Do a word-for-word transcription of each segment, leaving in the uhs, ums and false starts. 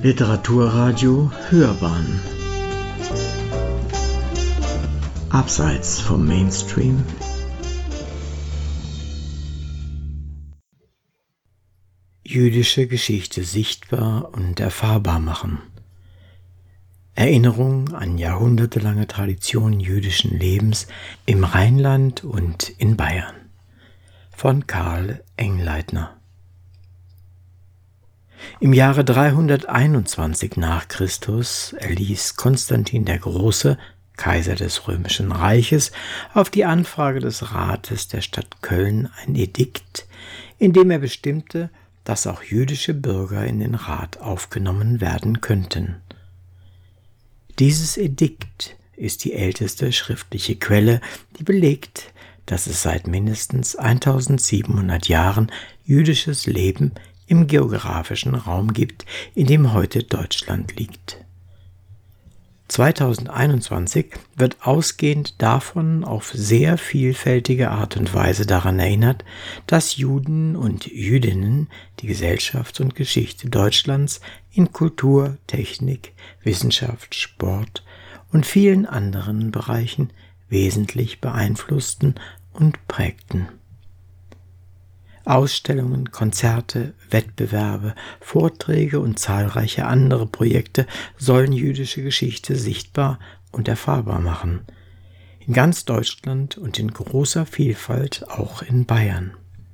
Literaturradio Hörbahn Abseits vom Mainstream. Jüdische Geschichte sichtbar und erfahrbar machen. Erinnerung an jahrhundertelange Tradition jüdischen Lebens im Rheinland und in Bayern. Von Karl Engleitner. Im Jahre dreihunderteinundzwanzig nach Christus erließ Konstantin der Große, Kaiser des Römischen Reiches, auf die Anfrage des Rates der Stadt Köln ein Edikt, in dem er bestimmte, dass auch jüdische Bürger in den Rat aufgenommen werden könnten. Dieses Edikt ist die älteste schriftliche Quelle, die belegt, dass es seit mindestens eintausendsiebenhundert Jahren jüdisches Leben im geografischen Raum gibt, in dem heute Deutschland liegt. zweitausendeinundzwanzig wird ausgehend davon auf sehr vielfältige Art und Weise daran erinnert, dass Juden und Jüdinnen die Gesellschaft und Geschichte Deutschlands in Kultur, Technik, Wissenschaft, Sport und vielen anderen Bereichen wesentlich beeinflussten und prägten. Ausstellungen, Konzerte, Wettbewerbe, Vorträge und zahlreiche andere Projekte sollen jüdische Geschichte sichtbar und erfahrbar machen. In ganz Deutschland und in großer Vielfalt auch in Bayern.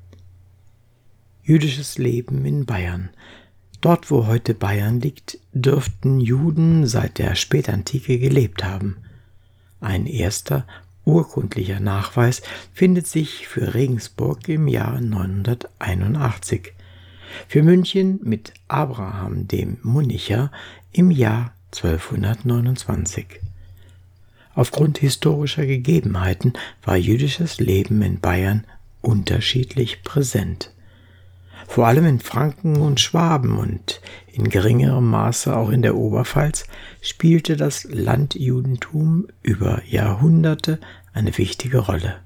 Jüdisches Leben in Bayern. Dort, wo heute Bayern liegt, dürften Juden seit der Spätantike gelebt haben. Ein erster urkundlicher Nachweis findet sich für Regensburg im Jahr neunhunderteinundachtzig, für München mit Abraham dem Munnicher im Jahr zwölfhundertneunundzwanzig. Aufgrund historischer Gegebenheiten war jüdisches Leben in Bayern unterschiedlich präsent. Vor allem in Franken und Schwaben und in geringerem Maße auch in der Oberpfalz spielte das Landjudentum über Jahrhunderte eine wichtige Rolle.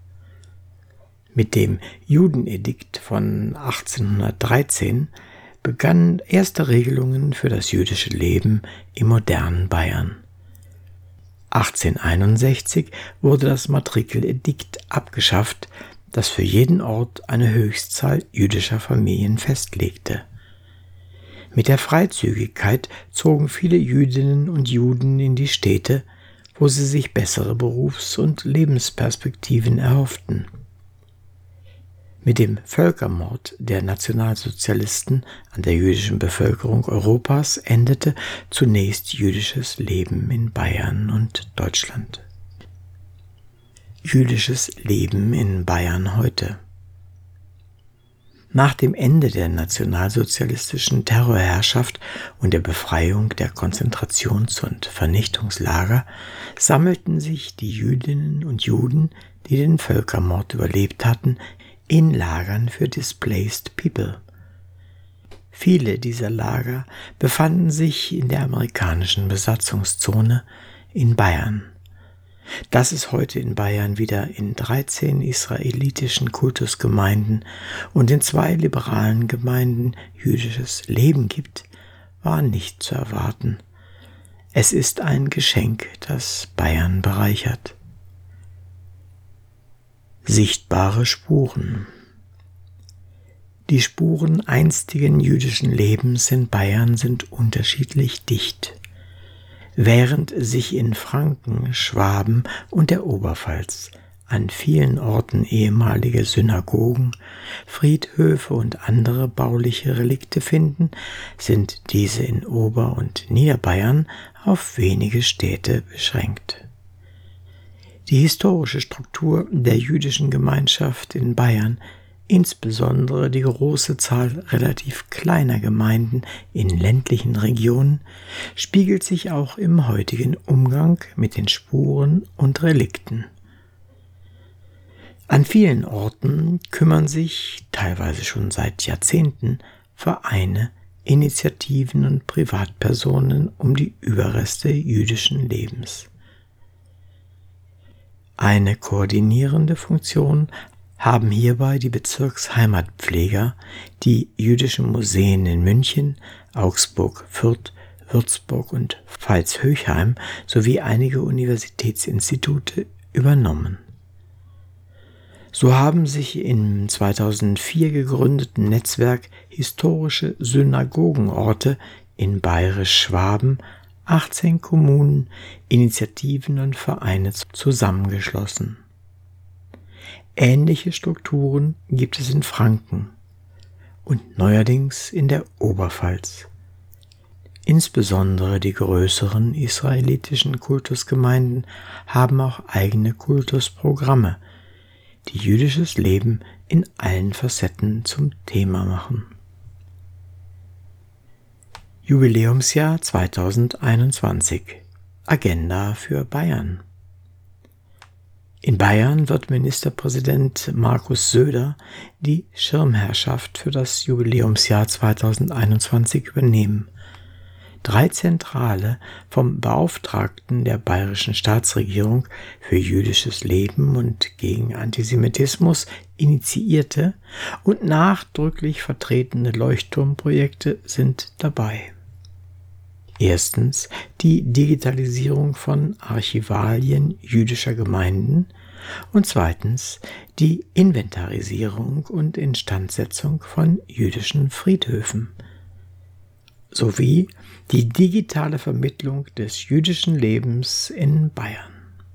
Mit dem Judenedikt von achtzehnhundertdreizehn begannen erste Regelungen für das jüdische Leben im modernen Bayern. achtzehnhunderteinundsechzig wurde das Matrikeledikt abgeschafft, das für jeden Ort eine Höchstzahl jüdischer Familien festlegte. Mit der Freizügigkeit zogen viele Jüdinnen und Juden in die Städte, wo sie sich bessere Berufs- und Lebensperspektiven erhofften. Mit dem Völkermord der Nationalsozialisten an der jüdischen Bevölkerung Europas endete zunächst jüdisches Leben in Bayern und Deutschland. Jüdisches Leben in Bayern heute. Nach dem Ende der nationalsozialistischen Terrorherrschaft und der Befreiung der Konzentrations- und Vernichtungslager sammelten sich die Jüdinnen und Juden, die den Völkermord überlebt hatten, in Lagern für Displaced People. Viele dieser Lager befanden sich in der amerikanischen Besatzungszone in Bayern. Dass es heute in Bayern wieder in dreizehn israelitischen Kultusgemeinden und in zwei liberalen Gemeinden jüdisches Leben gibt, war nicht zu erwarten. Es ist ein Geschenk, das Bayern bereichert. Sichtbare Spuren. Die Spuren einstigen jüdischen Lebens in Bayern sind unterschiedlich dicht. Während sich in Franken, Schwaben und der Oberpfalz an vielen Orten ehemalige Synagogen, Friedhöfe und andere bauliche Relikte finden, sind diese in Ober- und Niederbayern auf wenige Städte beschränkt. Die historische Struktur der jüdischen Gemeinschaft in Bayern, insbesondere die große Zahl relativ kleiner Gemeinden in ländlichen Regionen, spiegelt sich auch im heutigen Umgang mit den Spuren und Relikten. An vielen Orten kümmern sich, teilweise schon seit Jahrzehnten, Vereine, Initiativen und Privatpersonen um die Überreste jüdischen Lebens. Eine koordinierende Funktion haben hierbei die Bezirksheimatpfleger, die jüdischen Museen in München, Augsburg, Fürth, Würzburg und Pfalz-Höchheim sowie einige Universitätsinstitute übernommen. So haben sich im zweitausendvier gegründeten Netzwerk Historische Synagogenorte in Bayerisch-Schwaben achtzehn Kommunen, Initiativen und Vereine zusammengeschlossen. Ähnliche Strukturen gibt es in Franken und neuerdings in der Oberpfalz. Insbesondere die größeren israelitischen Kultusgemeinden haben auch eigene Kultusprogramme, die jüdisches Leben in allen Facetten zum Thema machen. Jubiläumsjahr zweitausendeinundzwanzig. Agenda für Bayern. In Bayern wird Ministerpräsident Markus Söder die Schirmherrschaft für das Jubiläumsjahr zweitausendeinundzwanzig übernehmen. Drei zentrale, vom Beauftragten der bayerischen Staatsregierung für jüdisches Leben und gegen Antisemitismus initiierte und nachdrücklich vertretene Leuchtturmprojekte sind dabei. Erstens die Digitalisierung von Archivalien jüdischer Gemeinden und zweitens die Inventarisierung und Instandsetzung von jüdischen Friedhöfen sowie die digitale Vermittlung des jüdischen Lebens in Bayern.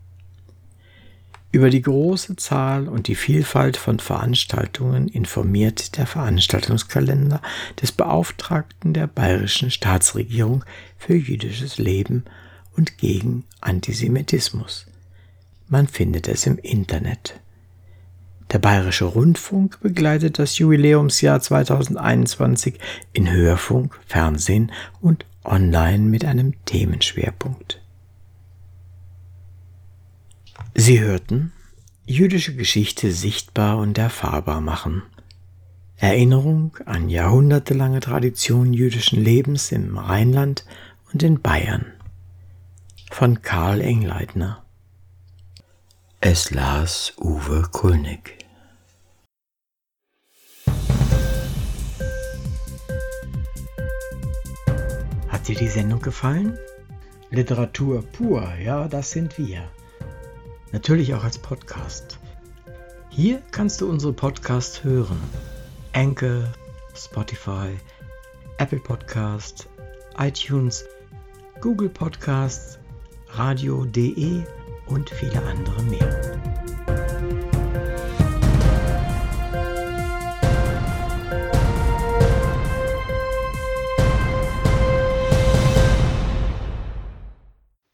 Über die große Zahl und die Vielfalt von Veranstaltungen informiert der Veranstaltungskalender des Beauftragten der bayerischen Staatsregierung für jüdisches Leben und gegen Antisemitismus. Man findet es im Internet. Der Bayerische Rundfunk begleitet das Jubiläumsjahr zweitausendeinundzwanzig in Hörfunk, Fernsehen und online mit einem Themenschwerpunkt. Sie hörten Jüdische Geschichte sichtbar und erfahrbar machen. Erinnerung an jahrhundertelange Tradition jüdischen Lebens im Rheinland und in Bayern. Von Karl Engleitner. Es las Uwe Kulnig. Hat dir die Sendung gefallen? Literatur pur, ja, das sind wir. Natürlich auch als Podcast. Hier kannst du unsere Podcasts hören. Anchor, Spotify, Apple Podcasts, iTunes, Google Podcasts, radio punkt de und viele andere mehr.